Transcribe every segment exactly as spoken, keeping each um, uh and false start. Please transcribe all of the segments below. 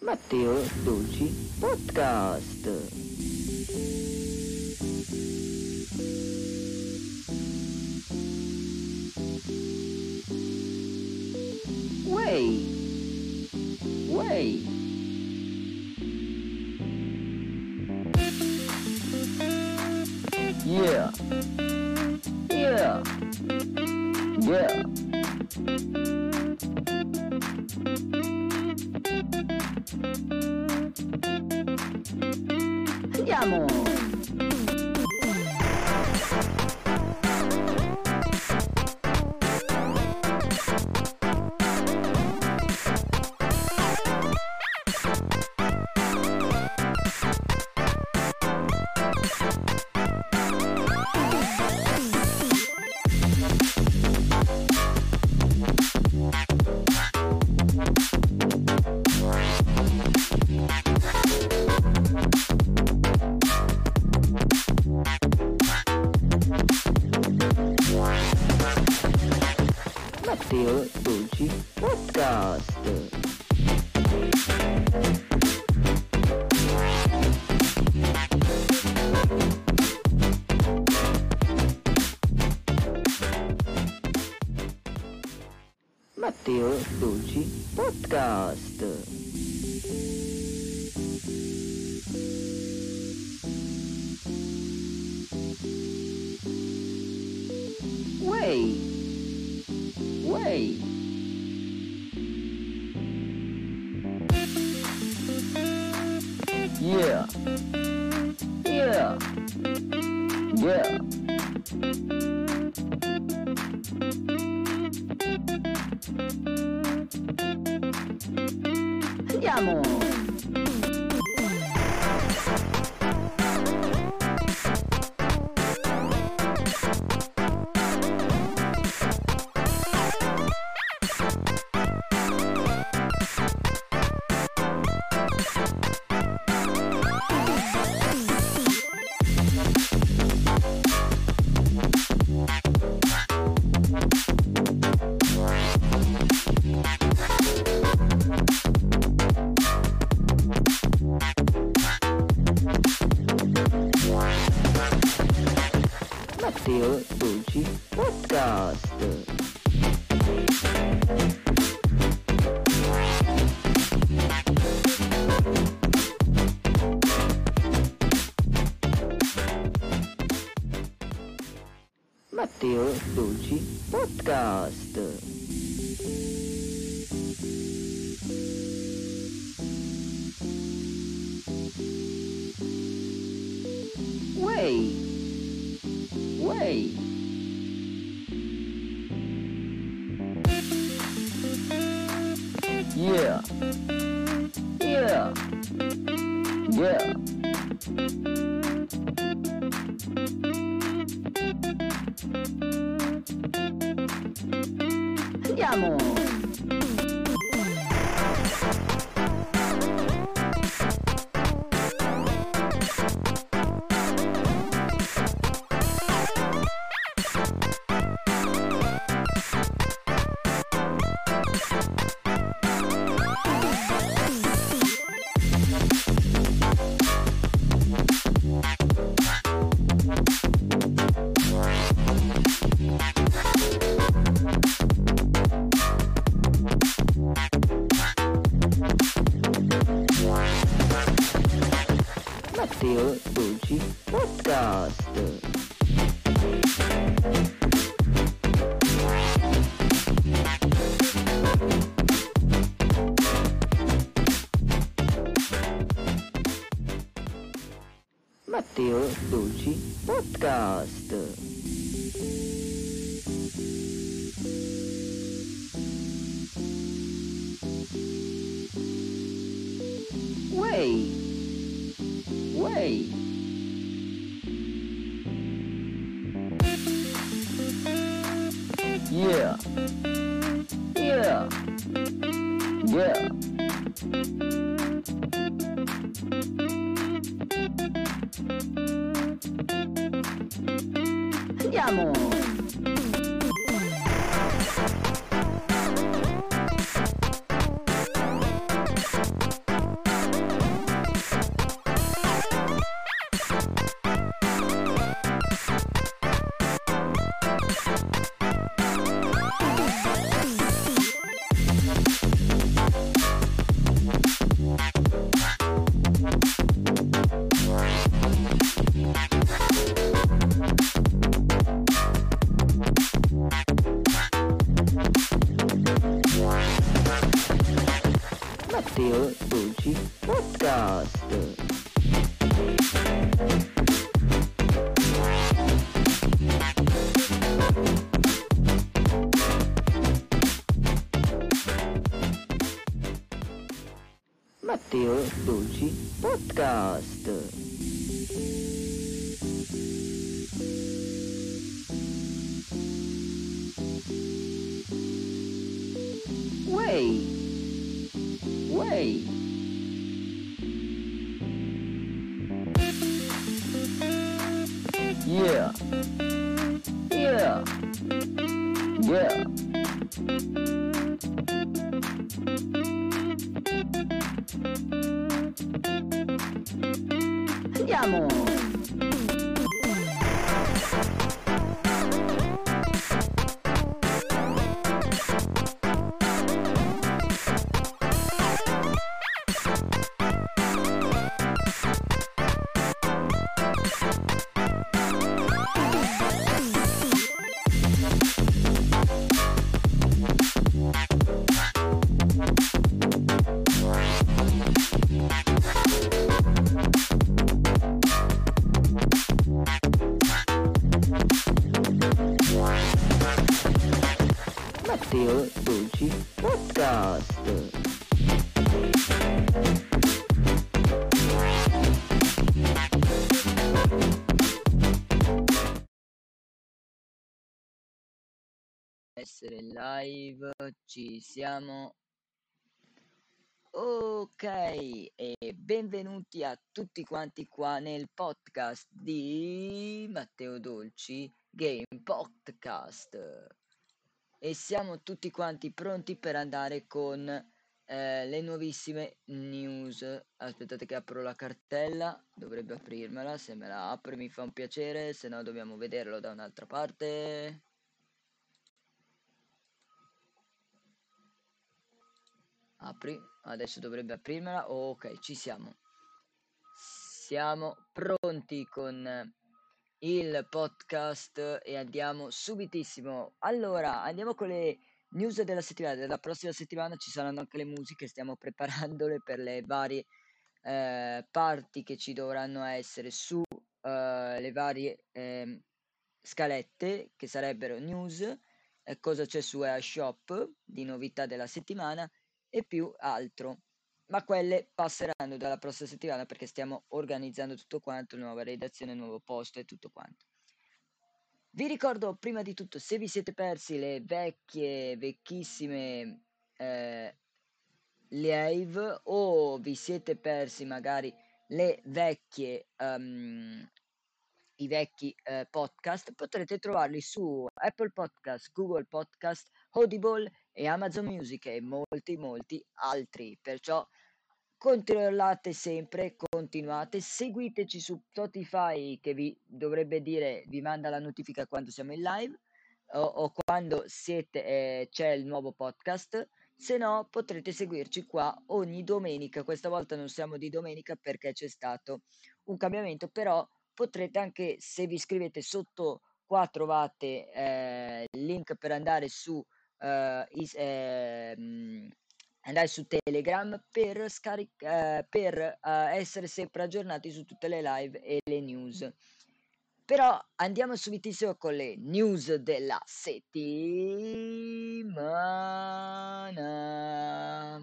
Matteo Dolci Podcast. Way, way. Yeah, yeah, yeah. Andiamo! Matteo Dolci Podcast. Matteo Dolci Podcast. Way, way. Yeah, yeah, yeah. Andiamo! Matteo Dolci Podcast. Matteo Dolci Podcast. Way, way. Yeah, yeah, yeah. Andiamo! Matteo Dolci Podcast. Matteo Dolci Podcast. Way, way. Yeah, yeah, yeah. Andiamo! Matteo Dolci Podcast. Matteo Dolci Podcast. Way, way. Yeah, yeah, yeah. Andiamo! Matteo Dolci Podcast. Essere live, ci siamo. Ok, e benvenuti a tutti quanti qua nel podcast di Matteo Dolci Game Podcast. E siamo tutti quanti pronti per andare con eh, le nuovissime news. Aspettate che apro la cartella, dovrebbe aprirmela, se me la apre mi fa un piacere, se no dobbiamo vederlo da un'altra parte. Apri, adesso dovrebbe aprirmela. Ok, ci siamo. Siamo pronti con il podcast e andiamo subitissimo. Allora, andiamo con le news della settimana. Della prossima settimana ci saranno anche le musiche, stiamo preparandole per le varie eh, parti che ci dovranno essere su eh, le varie ehm, scalette che sarebbero news, eh, cosa c'è su Air Shop di novità della settimana e più altro. Ma quelle passeranno dalla prossima settimana perché stiamo organizzando tutto quanto, nuova redazione, nuovo posto e tutto quanto. Vi ricordo prima di tutto, se vi siete persi le vecchie, vecchissime eh, live o vi siete persi magari le vecchie um, i vecchi eh, podcast, potrete trovarli su Apple Podcast, Google Podcast, Audible e Amazon Music e molti molti altri. Perciò controllate sempre, continuate, seguiteci su Spotify che vi dovrebbe dire, vi manda la notifica quando siamo in live o, o quando siete, eh, c'è il nuovo podcast. Se no potrete seguirci qua ogni domenica. Questa volta non siamo di domenica perché c'è stato un cambiamento, però potrete anche, se vi iscrivete sotto qua trovate eh, il link per andare su eh, is, ehm, andare su Telegram per, scaric- eh, per eh, essere sempre aggiornati su tutte le live e le news. Però andiamo subitissimo con le news della settimana.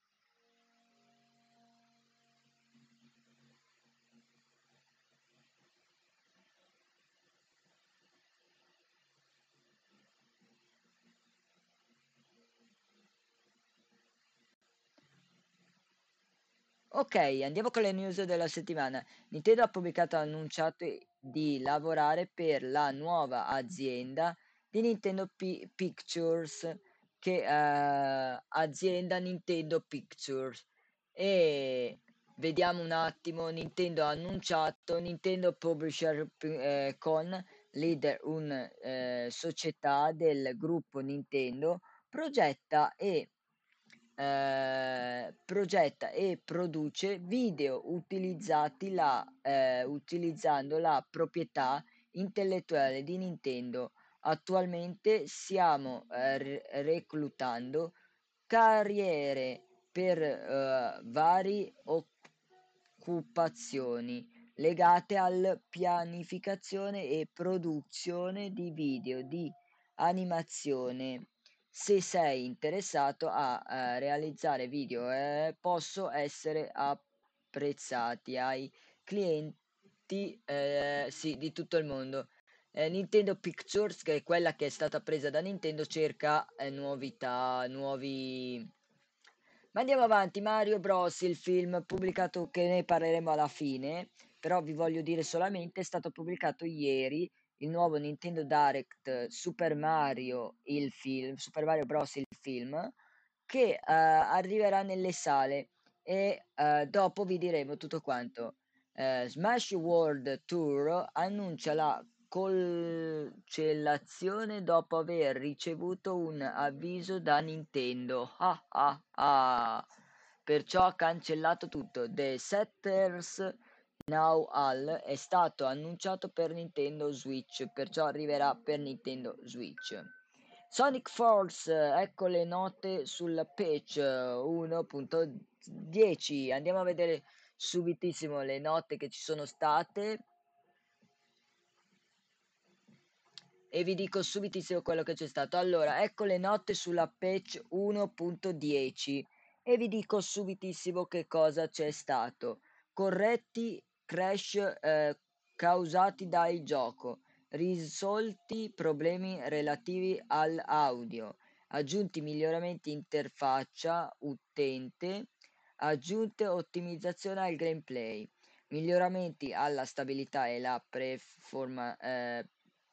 Ok, andiamo con le news della settimana. Nintendo ha pubblicato e annunciato di lavorare per la nuova azienda di Nintendo Pi- Pictures, che eh, azienda Nintendo Pictures. E vediamo un attimo, Nintendo ha annunciato Nintendo Publisher eh, con leader, un eh, società del gruppo Nintendo, progetta e eh, progetta e produce video utilizzati la, eh, utilizzando la proprietà intellettuale di Nintendo. Attualmente stiamo eh, re- reclutando carriere per eh, vari occupazioni legate alla pianificazione e produzione di video di animazione. Se sei interessato a eh, realizzare video, eh, posso essere apprezzati ai clienti eh, sì, di tutto il mondo. Eh, Nintendo Pictures, che è quella che è stata presa da Nintendo, cerca eh, novità, nuovi... Ma andiamo avanti, Mario Bros, il film pubblicato, che ne parleremo alla fine, però vi voglio dire solamente, è stato pubblicato ieri il nuovo Nintendo Direct Super Mario, il film, Super Mario Bros. Il film, che eh, arriverà nelle sale e eh, dopo vi diremo tutto quanto. Eh, Smash World Tour annuncia la cancellazione dopo aver ricevuto un avviso da Nintendo. Ah ah ah. Perciò ha cancellato tutto. The Setters Now All è stato annunciato per Nintendo Switch, perciò arriverà per Nintendo Switch. Sonic Force, ecco le note sul patch uno punto dieci. Andiamo a vedere subitissimo le note che ci sono state e vi dico subitissimo quello che c'è stato. Allora, ecco le note sulla patch uno punto dieci e vi dico subitissimo che cosa c'è stato. Corretti crash eh, causati dal gioco, risolti problemi relativi all'audio, aggiunti miglioramenti interfaccia utente, aggiunte ottimizzazione al gameplay, miglioramenti alla stabilità e la preforma, eh,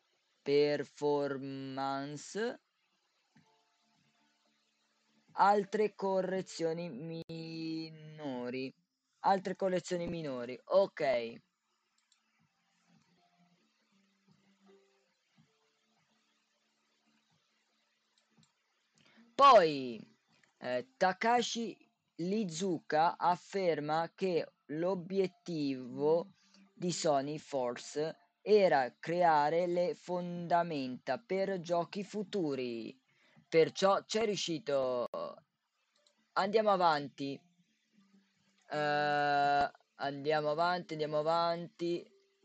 performance, altre correzioni minori, altre correzioni minori, ok. Poi eh, Takashi Lizuka afferma che l'obiettivo di Sony Force era creare le fondamenta per giochi futuri. Perciò c'è riuscito. Andiamo avanti. Eh, andiamo avanti, andiamo avanti.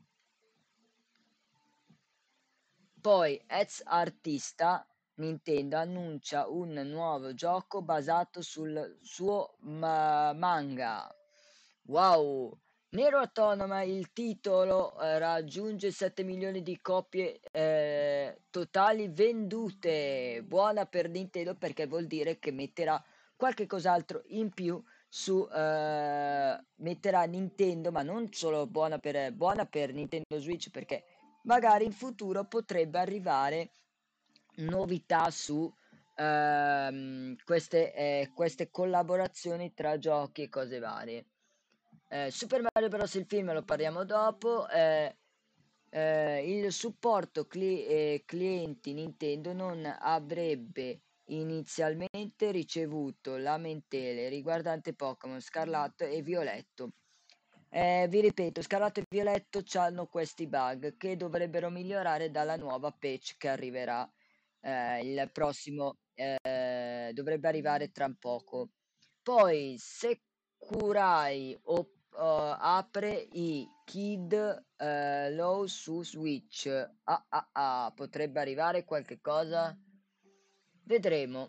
Poi, ex artista, Nintendo annuncia un nuovo gioco basato sul suo ma- manga. Wow! Nero Autonoma, il titolo eh, raggiunge sette milioni di copie eh, totali vendute. Buona per Nintendo perché vuol dire che metterà qualche cos'altro in più su eh, metterà Nintendo, ma non solo buona per, buona per Nintendo Switch perché magari in futuro potrebbe arrivare novità su ehm, queste, eh, queste collaborazioni tra giochi e cose varie. Eh, Super Mario Bros. Il film lo parliamo dopo. Eh, eh, il supporto cli- eh, clienti Nintendo non avrebbe inizialmente ricevuto lamentele riguardante Pokémon Scarlatto e Violetto. Eh, vi ripeto, Scarlatto e Violetto hanno questi bug che dovrebbero migliorare dalla nuova patch che arriverà eh, il prossimo, eh, dovrebbe arrivare tra poco. Poi Securai op- eh, apre i Kid eh, Low su Switch. Ah, ah, ah, potrebbe arrivare qualche cosa? Vedremo.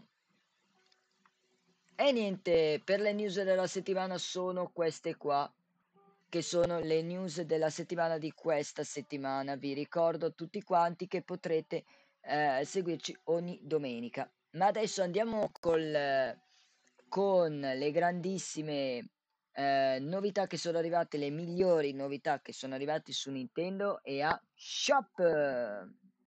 E niente, per le news della settimana sono queste qua, che sono le news della settimana di questa settimana. Vi ricordo tutti quanti che potrete eh, seguirci ogni domenica. Ma adesso andiamo col, con le grandissime eh, novità che sono arrivate, le migliori novità che sono arrivate su Nintendo e a Shop.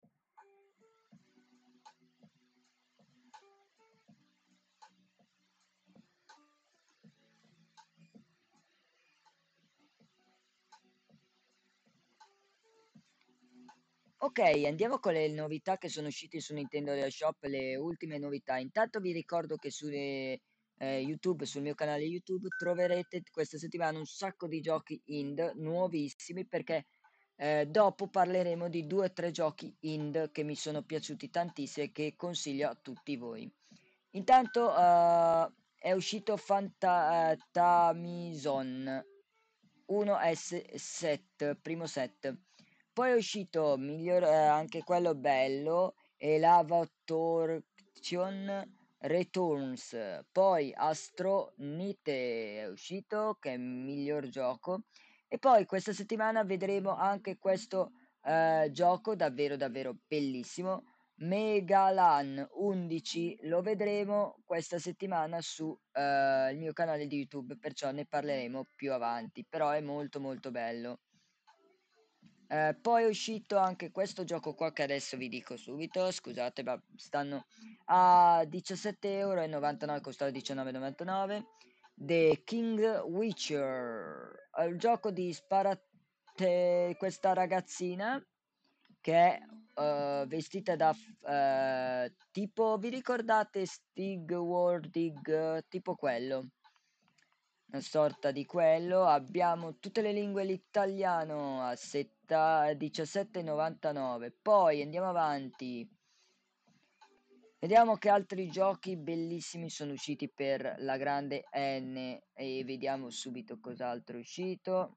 Ok, andiamo con le novità che sono uscite su Nintendo Shop, le ultime novità. Intanto vi ricordo che su eh, YouTube, sul mio canale YouTube, troverete questa settimana un sacco di giochi indie nuovissimi perché eh, dopo parleremo di due o tre giochi indie che mi sono piaciuti tantissimo e che consiglio a tutti voi. Intanto, eh, è uscito Fanta eh, Tamison uno S set, primo set. Poi è uscito miglior, eh, anche quello bello, Elava Torction Returns. Poi Astro Nite è uscito, che è il miglior gioco. E poi questa settimana vedremo anche questo eh, gioco davvero davvero bellissimo. Megalan undici lo vedremo questa settimana su eh, il mio canale di YouTube, perciò ne parleremo più avanti, però è molto molto bello. Eh, poi è uscito anche questo gioco qua che adesso vi dico subito, scusate, ma stanno a diciassette euro e novantanove, costava diciannove e novantanove. The King Witcher, è il gioco di sparate questa ragazzina che è eh, vestita da f- eh, tipo, vi ricordate Stig Wordig, tipo quello? Una sorta di quello. Abbiamo tutte le lingue l'italiano a setta- diciassette e novantanove. Poi andiamo avanti. Vediamo che altri giochi bellissimi sono usciti per la grande N e vediamo subito cos'altro è uscito.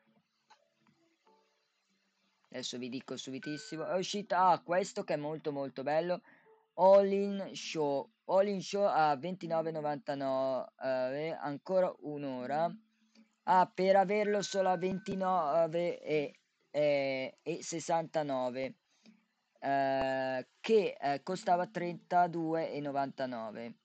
Adesso vi dico subitissimo. È uscito ah, questo che è molto molto bello. All in Show. All in Show a ventinove e novantanove, ancora un'ora. Ah, per averlo solo a ventinove e, e, e sessantanove, eh, che eh, costava trentadue e novantanove.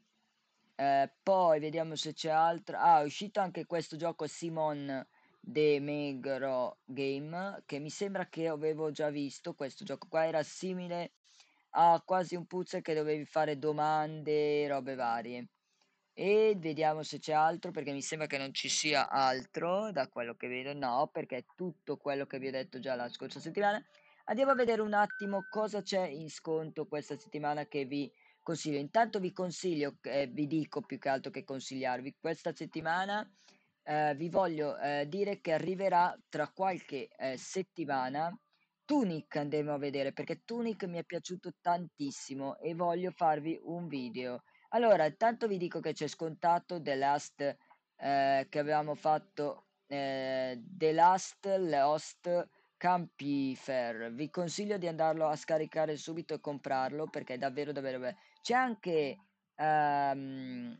Eh, poi vediamo se c'è altro. Ah, è uscito anche questo gioco Simon de Megro Game, che mi sembra che avevo già visto. Questo gioco qua era simile a quasi un puzzle che dovevi fare domande, robe varie. E vediamo se c'è altro, perché mi sembra che non ci sia altro da quello che vedo. No, perché è tutto quello che vi ho detto già la scorsa settimana. Andiamo a vedere un attimo cosa c'è in sconto questa settimana che vi consiglio. Intanto vi consiglio, eh, vi dico più che altro che consigliarvi, questa settimana eh, vi voglio eh, dire che arriverà tra qualche eh, settimana Tunic, andremo a vedere perché Tunic mi è piaciuto tantissimo e voglio farvi un video. Allora, intanto vi dico che c'è scontato The Last eh, che avevamo fatto eh, The Last Lost Campifer. Vi consiglio di andarlo a scaricare subito e comprarlo perché è davvero davvero bello. C'è anche ehm,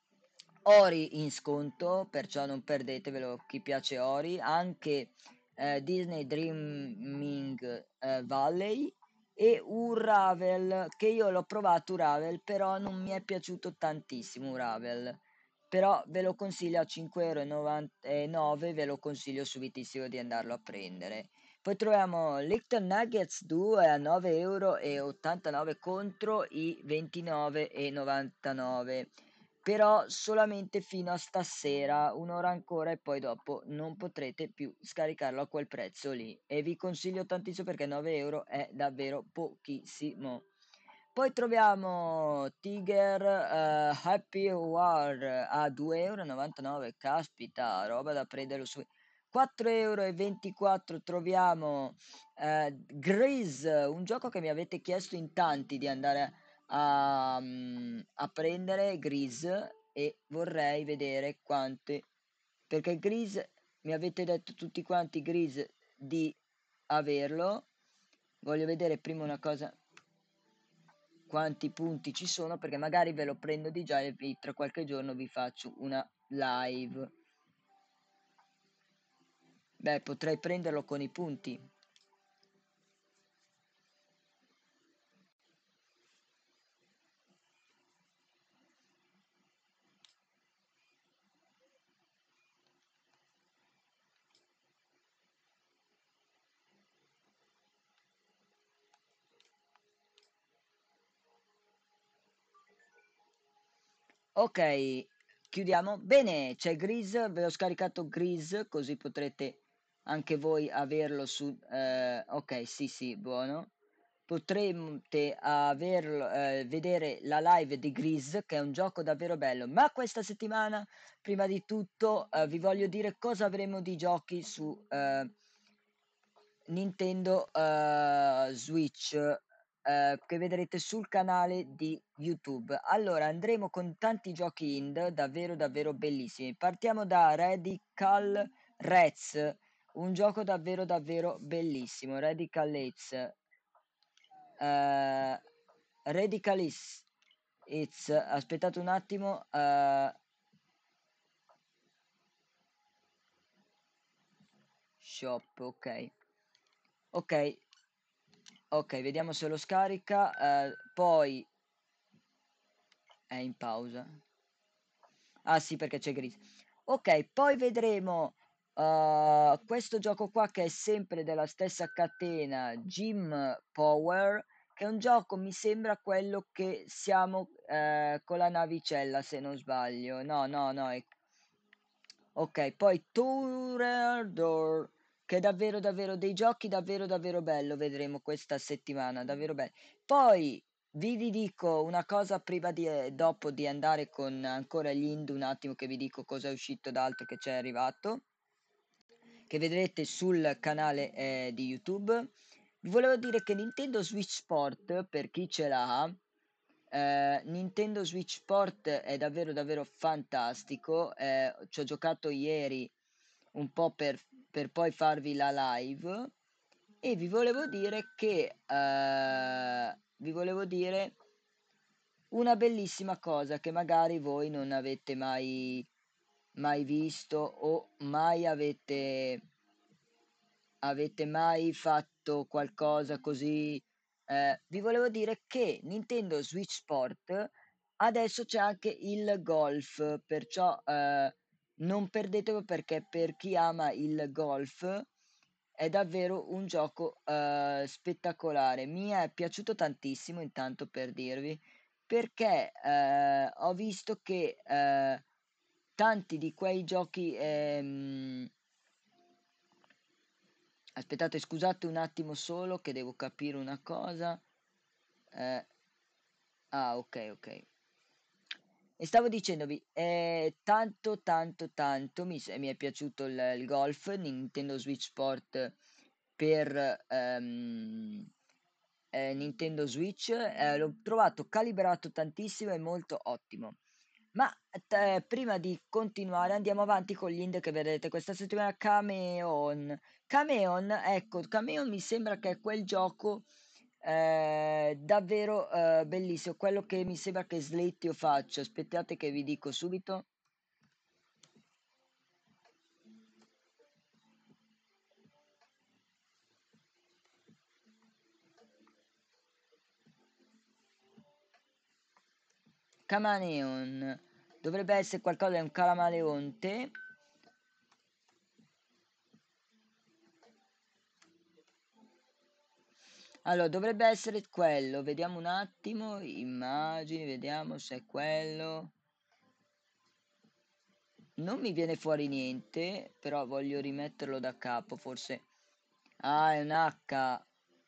Ori in sconto, perciò non perdetevelo chi piace Ori, anche eh, Disney Dreaming eh, Valley e Uravel, che io l'ho provato Uravel, però non mi è piaciuto tantissimo Uravel. Però ve lo consiglio a cinque e novantanove euro, ve lo consiglio subitissimo di andarlo a prendere. Poi troviamo Little Nuggets due a nove e ottantanove euro contro i ventinove e novantanove, però solamente fino a stasera, un'ora ancora e poi dopo non potrete più scaricarlo a quel prezzo lì e vi consiglio tantissimo perché nove euro è davvero pochissimo. Poi troviamo Tiger eh, Happy War a due e novantanove euro, caspita, roba da prenderlo su. quattro e ventiquattro euro troviamo eh, Grease, un gioco che mi avete chiesto in tanti di andare a, mm, a prendere Grease e vorrei vedere quante, perché Grease mi avete detto tutti quanti Grease di averlo. Voglio vedere prima una cosa, quanti punti ci sono, perché magari ve lo prendo di già e vi- tra qualche giorno vi faccio una live. Beh, potrei prenderlo con i punti. Ok, chiudiamo. Bene, c'è Grease, ve l'ho scaricato Grease, così potrete anche voi averlo su. Eh, ok, sì, sì, buono. Potrete averlo, eh, vedere la live di Grease, che è un gioco davvero bello. Ma questa settimana, prima di tutto, eh, vi voglio dire cosa avremo di giochi su eh, Nintendo eh, Switch. eh, che vedrete sul canale di YouTube. Allora, andremo con tanti giochi indie davvero davvero bellissimi. Partiamo da Radical Reds, un gioco davvero davvero bellissimo. Radical Reds. eh, Radicalis. It's, aspettate un attimo. eh, shop, ok. Ok, ok, vediamo se lo scarica. eh, poi è in pausa. Ah sì, perché c'è Gris. Ok, poi vedremo uh, questo gioco qua che è sempre della stessa catena, Gym Power, che è un gioco, mi sembra quello che siamo eh, con la navicella, se non sbaglio. No, no, no. È... Ok, poi Toreador, che è davvero, davvero dei giochi davvero, davvero bello, vedremo questa settimana, davvero bello. Poi vi, vi dico una cosa prima di, eh, dopo di andare con ancora gli indie, un attimo che vi dico cosa è uscito d'altro che c'è arrivato, che vedrete sul canale eh, di YouTube. Vi volevo dire che Nintendo Switch Sport, per chi ce l'ha, eh, Nintendo Switch Sport è davvero davvero fantastico. Eh, ci ho giocato ieri un po' per, per poi farvi la live e vi volevo dire che eh, vi volevo dire una bellissima cosa che magari voi non avete mai mai visto o mai avete avete mai fatto qualcosa così? Eh, vi volevo dire che Nintendo Switch Sport adesso c'è anche il golf, perciò eh, non perdetelo perché per chi ama il golf è davvero un gioco eh, spettacolare. Mi è piaciuto tantissimo, intanto per dirvi, perché eh, ho visto che eh, tanti di quei giochi ehm, aspettate, scusate un attimo solo che devo capire una cosa. Eh, ah, ok, ok. E stavo dicendovi, eh, tanto, tanto, tanto mi, s- mi è piaciuto il, il golf, Nintendo Switch Sport per ehm, eh, Nintendo Switch, eh, l'ho trovato calibrato tantissimo e molto ottimo. Ma eh, prima di continuare andiamo avanti con gli indie che vedete questa settimana. Cameon. Cameon, ecco, Cameon mi sembra che è quel gioco eh, davvero eh, bellissimo, quello che mi sembra che Slatio faccia. Aspettate che vi dico subito. Camaleon. Dovrebbe essere qualcosa, è un calamaleonte. Allora, dovrebbe essere quello. Vediamo un attimo. Immagini, vediamo se è quello. Non mi viene fuori niente, però voglio rimetterlo da capo, forse. Ah, è un H.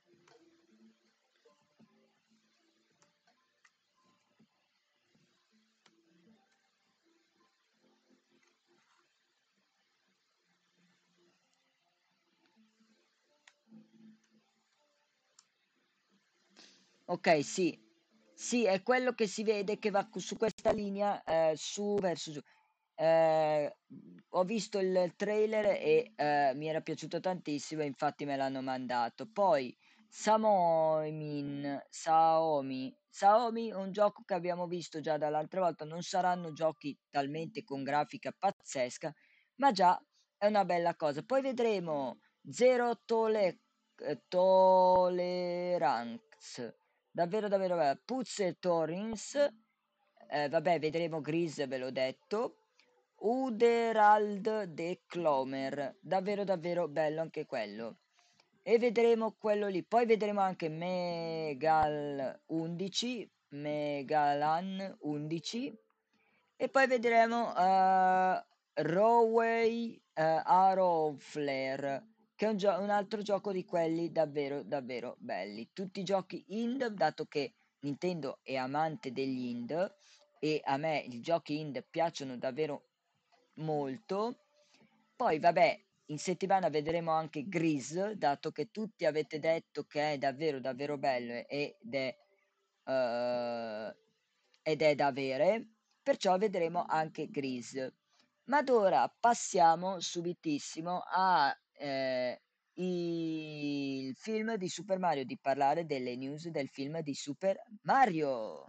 Ok, sì. Sì, è quello che si vede che va cu- su questa linea eh, su verso giù. Eh, ho visto il trailer e eh, mi era piaciuto tantissimo, e infatti me l'hanno mandato. Poi Samomin, Saomi, Saomi, un gioco che abbiamo visto già dall'altra volta. Non saranno giochi talmente con grafica pazzesca, ma già è una bella cosa. Poi vedremo Zero Tole, eh, Tolerance. Davvero, davvero bella. Puzze Torrens, eh, vabbè, vedremo Gris, ve l'ho detto. Uderald de Clomer, davvero, davvero bello anche quello. E vedremo quello lì. Poi vedremo anche Megal undici, Megalan undici. E poi vedremo uh, Rowway uh, Arrow Flare, che è un, gio- un altro gioco di quelli davvero, davvero belli. Tutti giochi indie, dato che Nintendo è amante degli indie e a me i giochi indie piacciono davvero molto. Poi, vabbè, in settimana vedremo anche Grease, dato che tutti avete detto che è davvero davvero bello ed è, eh, ed è da avere, perciò vedremo anche Grease. Ma ad ora passiamo subitissimo a eh, il film di Super Mario, di parlare delle news del film di Super Mario.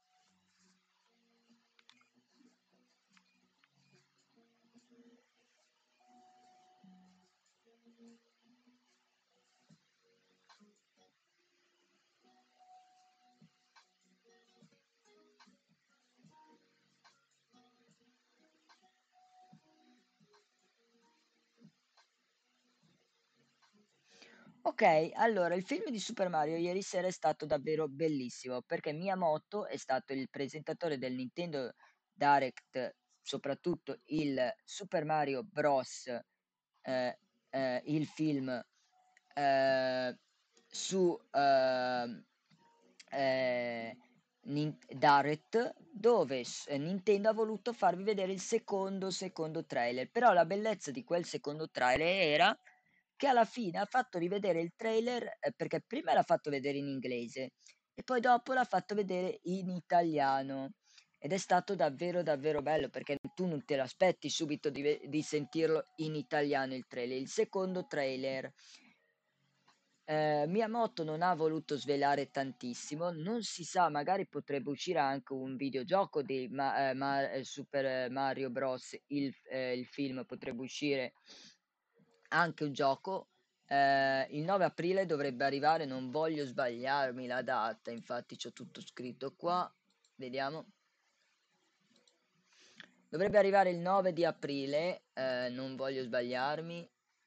Ok, allora il film di Super Mario ieri sera è stato davvero bellissimo perché Miyamoto è stato il presentatore del Nintendo Direct, soprattutto il Super Mario Bros. eh, eh, il film eh, su ehm, eh, Nin- Direct, dove s- eh, Nintendo ha voluto farvi vedere il secondo secondo trailer. Però la bellezza di quel secondo trailer era che alla fine ha fatto rivedere il trailer, eh, perché prima l'ha fatto vedere in inglese e poi dopo l'ha fatto vedere in italiano. Ed è stato davvero davvero bello perché tu non te l'aspetti subito di, ve- di sentirlo in italiano il trailer. Il secondo trailer, eh, Miyamoto non ha voluto svelare tantissimo, non si sa, magari potrebbe uscire anche un videogioco di Ma- eh, Ma- eh, Super Mario Bros. Il, eh, il film potrebbe uscire anche un gioco. Eh, il nove aprile dovrebbe arrivare, non voglio sbagliarmi la data, infatti c'ho tutto scritto qua, vediamo. Dovrebbe arrivare il nove di aprile, eh, non voglio sbagliarmi.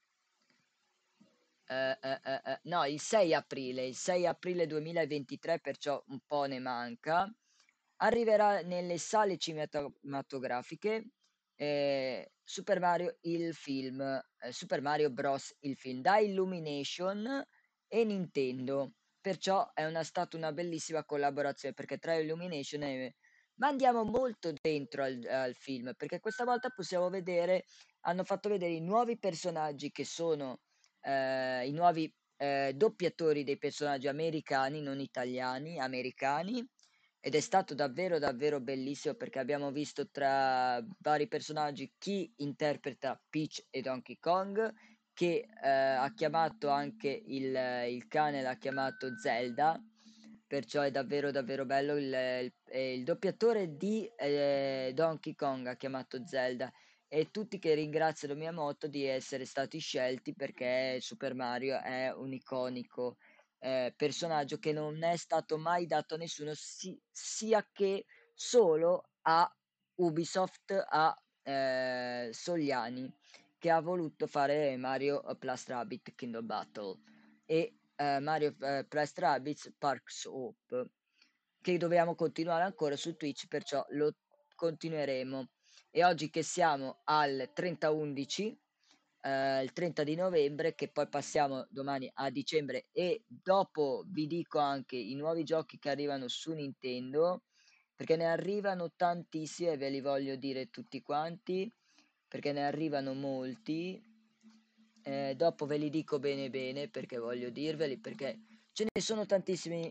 Eh, eh, eh, eh, no, il sei aprile, il sei aprile duemilaventitré, perciò un po' ne manca. Arriverà nelle sale cinematografiche eh, Super Mario il film, eh, Super Mario Bros. Il film da Illumination e Nintendo. Perciò è una, stata una bellissima collaborazione perché tra Illumination e... Ma andiamo molto dentro al, al film perché questa volta possiamo vedere, hanno fatto vedere i nuovi personaggi che sono eh, i nuovi eh, doppiatori dei personaggi americani, non italiani, americani. Ed è stato davvero davvero bellissimo perché abbiamo visto tra vari personaggi chi interpreta Peach e Donkey Kong, che eh, ha chiamato anche il, il cane, l'ha chiamato Zelda, perciò è davvero davvero bello. Il, il- eh, il doppiatore di eh, Donkey Kong ha chiamato Zelda e tutti che ringraziano Miyamoto di essere stati scelti perché Super Mario è un iconico eh, personaggio che non è stato mai dato a nessuno, si- sia che solo a Ubisoft, a eh, Sogliani, che ha voluto fare Mario Plus Rabbit Kingdom Battle e eh, Mario eh, Plus Rabbids Parks Hope, che dobbiamo continuare ancora su Twitch, perciò lo continueremo. E oggi che siamo al trenta undici, eh, il trenta di novembre, che poi passiamo domani a dicembre e dopo vi dico anche i nuovi giochi che arrivano su Nintendo, perché ne arrivano tantissimi e ve li voglio dire tutti quanti, perché ne arrivano molti. Eh, dopo ve li dico bene bene perché voglio dirveli, perché ce ne sono tantissimi.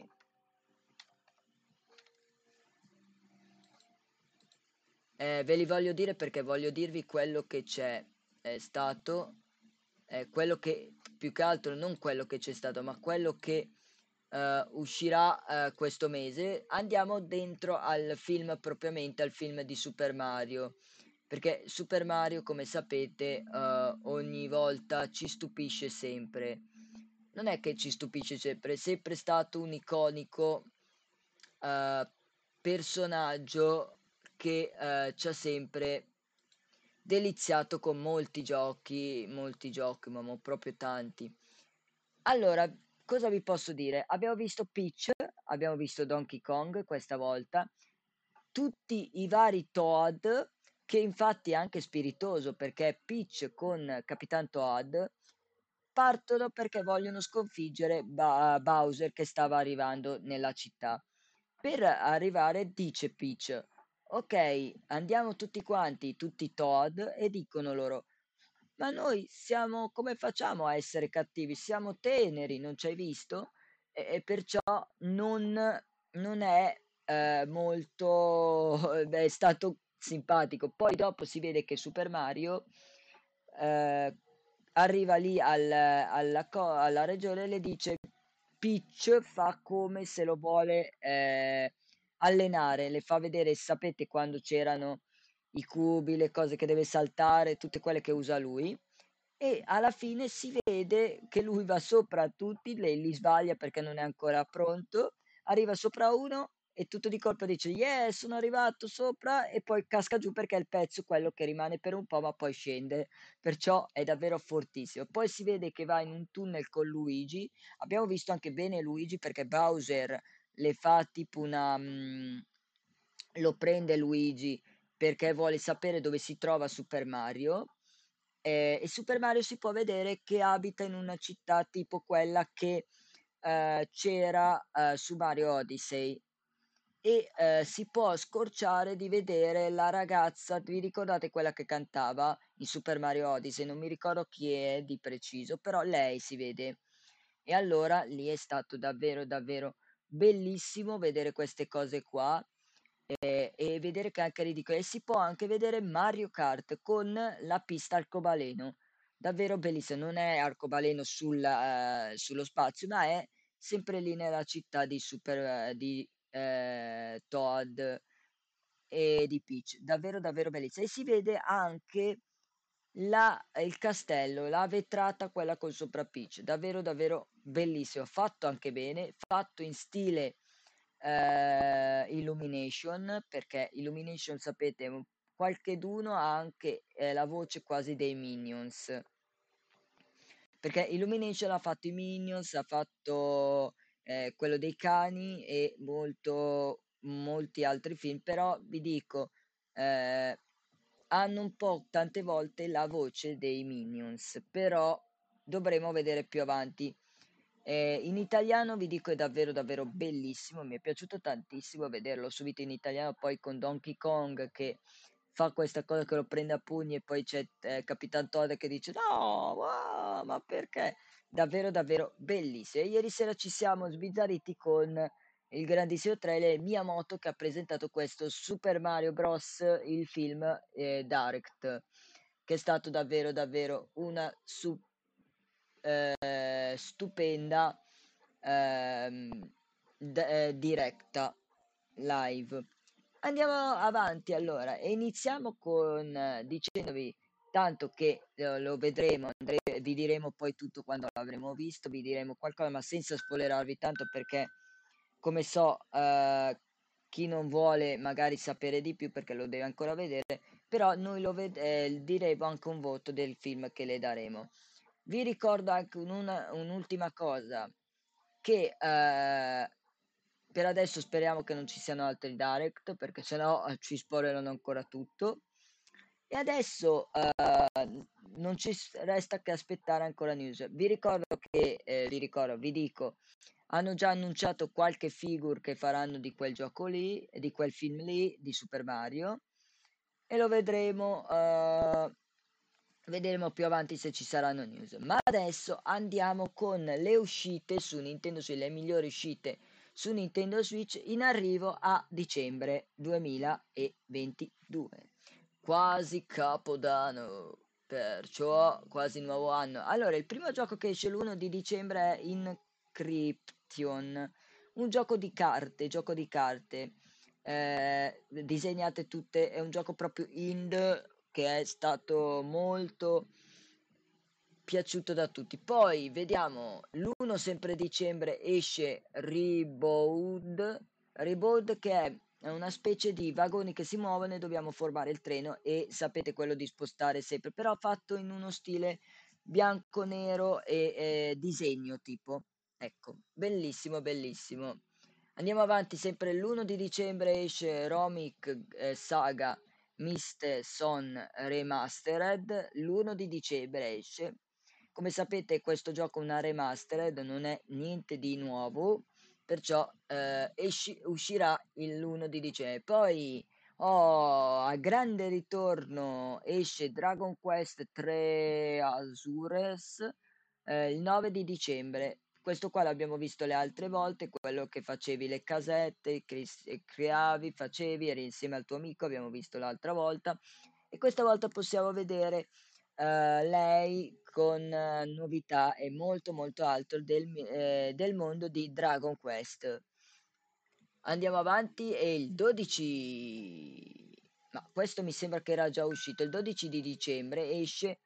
Eh, ve li voglio dire perché voglio dirvi quello che c'è è stato, eh, quello che più che altro non quello che c'è stato, ma quello che eh, uscirà eh, questo mese. Andiamo dentro al film propriamente, al film di Super Mario, perché Super Mario, come sapete, eh, ogni volta ci stupisce sempre. Non è che ci stupisce sempre, è sempre stato un iconico eh, personaggio che eh, ci ha sempre deliziato con molti giochi, molti giochi, ma mo proprio tanti. Allora, cosa vi posso dire? Abbiamo visto Peach, abbiamo visto Donkey Kong questa volta, tutti i vari Toad, che infatti è anche spiritoso perché Peach con Capitan Toad partono perché vogliono sconfiggere Ba- Bowser che stava arrivando nella città. Per arrivare dice Peach, ok, andiamo tutti quanti, tutti i Toad, e dicono loro, ma noi siamo, come facciamo a essere cattivi? Siamo teneri, non ci hai visto? E, e perciò non, non è eh, molto, è stato simpatico. Poi dopo si vede che Super Mario eh, arriva lì al- alla, co- alla regione e le dice Peach fa come se lo vuole eh, allenare, le fa vedere, sapete quando c'erano i cubi, le cose che deve saltare, tutte quelle che usa lui. E alla fine si vede che lui va sopra a tutti, lei li sbaglia perché non è ancora pronto, arriva sopra uno e tutto di colpo dice yeah, sono arrivato sopra e poi casca giù perché è il pezzo quello che rimane per un po' ma poi scende, perciò è davvero fortissimo. Poi si vede che va in un tunnel con Luigi, abbiamo visto anche bene Luigi perché Bowser le fa tipo una... mm, lo prende Luigi perché vuole sapere dove si trova Super Mario. Eh, e Super Mario si può vedere che abita in una città tipo quella che eh, c'era eh, su Mario Odyssey e eh, si può scorciare di vedere la ragazza, vi ricordate quella che cantava in Super Mario Odyssey? Non mi ricordo chi è di preciso, però lei si vede. E allora lì è stato davvero davvero bellissimo vedere queste cose qua eh, e vedere che è anche ridicolo. E si può anche vedere Mario Kart con la pista arcobaleno. Davvero bellissimo, non è arcobaleno sul, eh, sullo spazio, ma è sempre lì nella città di Super, eh, di eh, Toad e di Peach. Davvero, davvero bellissimo. E si vede anche la, il castello, la vetrata, quella con sopra Peach. Davvero, davvero bellissimo. Fatto anche bene, fatto in stile eh, Illumination, perché Illumination, sapete, un- qualcheduno ha anche eh, la voce quasi dei Minions. Perché Illumination ha fatto i Minions, ha fatto eh, quello dei cani e molto, molti altri film, però vi dico, eh, hanno un po' tante volte la voce dei Minions, però dovremo vedere più avanti. Eh, in italiano vi dico è davvero davvero bellissimo, mi è piaciuto tantissimo vederlo subito in italiano, poi con Donkey Kong che fa questa cosa che lo prende a pugni e poi c'è eh, Capitan Toad che dice no, wow, ma perché? Davvero davvero bellissimo. E ieri sera ci siamo sbizzarriti con il grandissimo trailer Miyamoto che ha presentato questo Super Mario Bros. Il film eh, Direct, che è stato davvero davvero una su- eh, stupenda ehm, d- eh, diretta live. Andiamo avanti allora e iniziamo con eh, dicendovi tanto che eh, lo vedremo, andre- vi diremo poi tutto quando l'avremo visto, vi diremo qualcosa, ma senza spoilerarvi tanto perché come so eh, chi non vuole magari sapere di più perché lo deve ancora vedere, però noi lo ved- eh, diremo anche un voto del film che le daremo. Vi ricordo anche un'una- un'ultima cosa, che eh, per adesso speriamo che non ci siano altri direct, perché sennò eh, ci spoilerano ancora tutto. E adesso eh, non ci s- resta che aspettare ancora news. Vi ricordo che, eh, vi ricordo, vi dico, hanno già annunciato qualche figure che faranno di quel gioco lì, di quel film lì, di Super Mario, e lo vedremo. eh, Vedremo più avanti se ci saranno news. Ma adesso andiamo con le uscite su Nintendo Switch, le migliori uscite su Nintendo Switch in arrivo a dicembre duemilaventidue. Quasi Capodanno, perciò quasi nuovo anno. Allora, il primo gioco che esce l'primo di dicembre è Encryption, un gioco di carte, gioco di carte eh, disegnate tutte, è un gioco proprio indie che è stato molto piaciuto da tutti. Poi vediamo l'primo sempre dicembre esce Rebound, Rebound che è è una specie di vagoni che si muovono e dobbiamo formare il treno e sapete quello di spostare sempre, però fatto in uno stile bianco, nero e eh, disegno tipo. Ecco, bellissimo, bellissimo. Andiamo avanti, sempre l'primo di dicembre esce Romic eh, Saga Mist Son Remastered, l'primo di dicembre esce. Come sapete questo gioco è una remastered, non è niente di nuovo, perciò eh, esci- uscirà il primo di dicembre. Poi Oh, a grande ritorno esce Dragon Quest tre Azures eh, il nove di dicembre. Questo qua l'abbiamo visto le altre volte, quello che facevi le casette, che s- e creavi, facevi, eri insieme al tuo amico, abbiamo visto l'altra volta. E questa volta possiamo vedere eh, lei con eh, novità e molto molto altro del, mi- eh, del mondo di Dragon Quest. Andiamo avanti e il dodici, ma questo mi sembra che era già uscito, il dodici di dicembre esce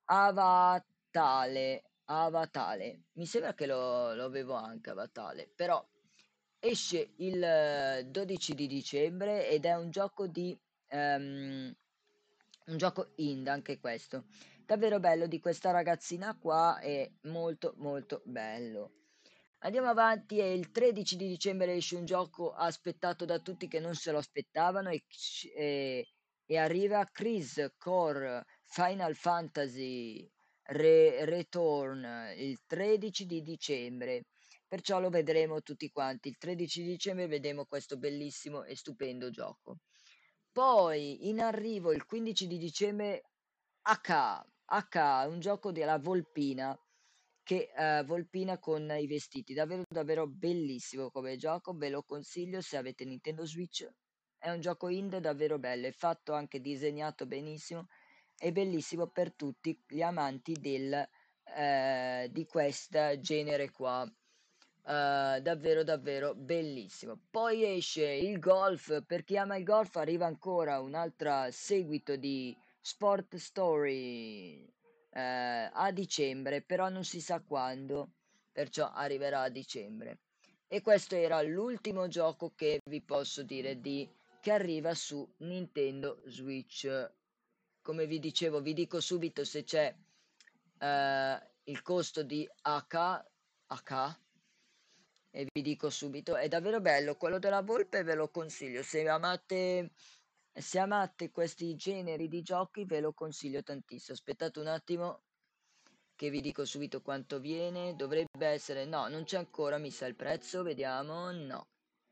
Avatale, Avatale, mi sembra che lo, lo avevo anche Avatale, però esce il eh, dodici di dicembre ed è un gioco di, ehm, un gioco indie anche questo, davvero bello di questa ragazzina qua, è molto molto bello. Andiamo avanti e il tredici di dicembre esce un gioco aspettato da tutti che non se lo aspettavano e, e- e arriva Chris Core Final Fantasy Re- Return il tredici di dicembre. Perciò lo vedremo tutti quanti. Il tredici di dicembre vedremo questo bellissimo e stupendo gioco. Poi in arrivo il quindici di dicembre H, H, un gioco della Volpina che eh, Volpina con i vestiti, davvero davvero bellissimo come gioco, ve lo consiglio se avete Nintendo Switch, è un gioco indie davvero bello, è fatto anche disegnato benissimo, è bellissimo per tutti gli amanti del, eh, di questo genere qua. Eh, davvero davvero bellissimo. Poi esce il golf, per chi ama il golf arriva ancora un'altra seguito di Sport Story eh, a dicembre, però non si sa quando, perciò arriverà a dicembre. E questo era l'ultimo gioco che vi posso dire di che arriva su Nintendo Switch. Come vi dicevo, vi dico subito se c'è eh, il costo di H, H e vi dico subito, è davvero bello, quello della volpe ve lo consiglio, se amate, se amate questi generi di giochi ve lo consiglio tantissimo, aspettate un attimo che vi dico subito quanto viene, dovrebbe essere, no, non c'è ancora, mi sa il prezzo, vediamo, no.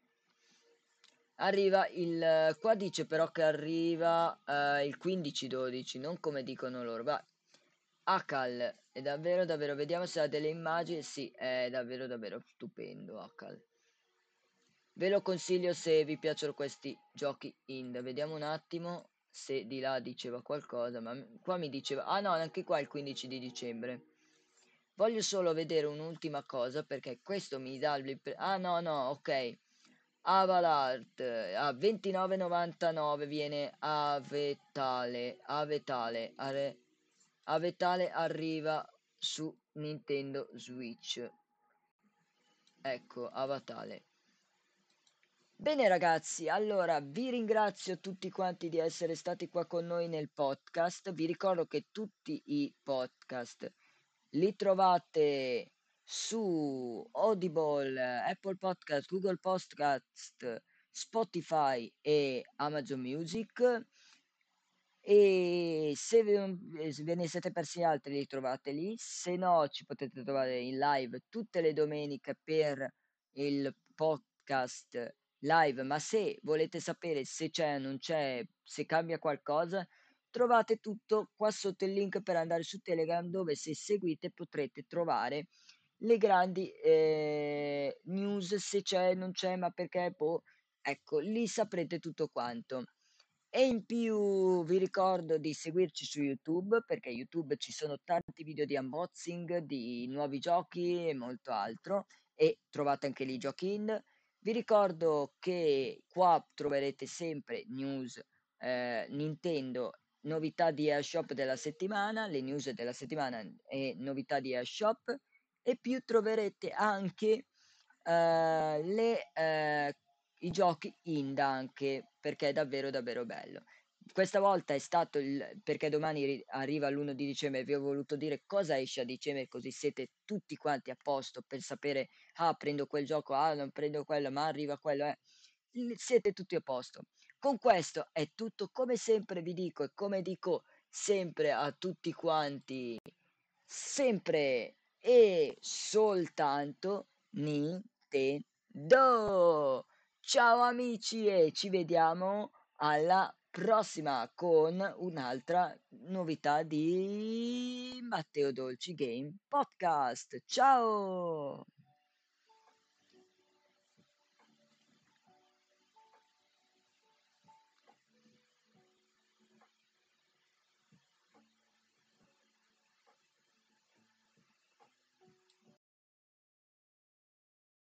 Arriva il, qua dice però che arriva eh, il quindici dodici, non come dicono loro, va. Akal, è davvero davvero, vediamo se ha delle immagini, sì, è davvero davvero stupendo Akal. Ve lo consiglio se vi piacciono questi giochi indie. Vediamo un attimo se di là diceva qualcosa, ma m- qua mi diceva... Ah no, anche qua è il quindici di dicembre. Voglio solo vedere un'ultima cosa perché questo mi dà il... Ah no, no, ok. Avalart a ventinove e novantanove viene Avetale, Avetale, Are- Avetale arriva su Nintendo Switch. Ecco, Avatale. Bene ragazzi, allora vi ringrazio tutti quanti di essere stati qua con noi nel podcast. Vi ricordo che tutti i podcast li trovate su Audible, Apple Podcast, Google Podcast, Spotify e Amazon Music. E se ve, eh, se ve ne siete persi altri li trovate lì, se no ci potete trovare in live tutte le domeniche per il podcast live, ma se volete sapere se c'è o non c'è, se cambia qualcosa, trovate tutto qua sotto il link per andare su Telegram dove se seguite potrete trovare le grandi eh, news, se c'è, non c'è, ma perché, boh, ecco, lì saprete tutto quanto. E in più vi ricordo di seguirci su YouTube perché YouTube ci sono tanti video di unboxing, di nuovi giochi e molto altro e trovate anche lì i giochi indie. Vi ricordo che qua troverete sempre news eh, Nintendo, novità di eShop della settimana, le news della settimana e novità di eShop e più troverete anche eh, le, eh, i giochi indie anche perché è davvero davvero bello. Questa volta è stato il perché domani ri- arriva l'primo di dicembre, vi ho voluto dire cosa esce a dicembre così siete tutti quanti a posto per sapere, ah, prendo quel gioco, ah, non prendo quello, ma arriva quello, eh. Il- Siete tutti a posto. Con questo è tutto, come sempre vi dico e come dico sempre a tutti quanti, sempre e soltanto Nintendo. Ciao amici e ci vediamo alla prossima con un'altra novità di Matteo Dolci Game Podcast. Ciao!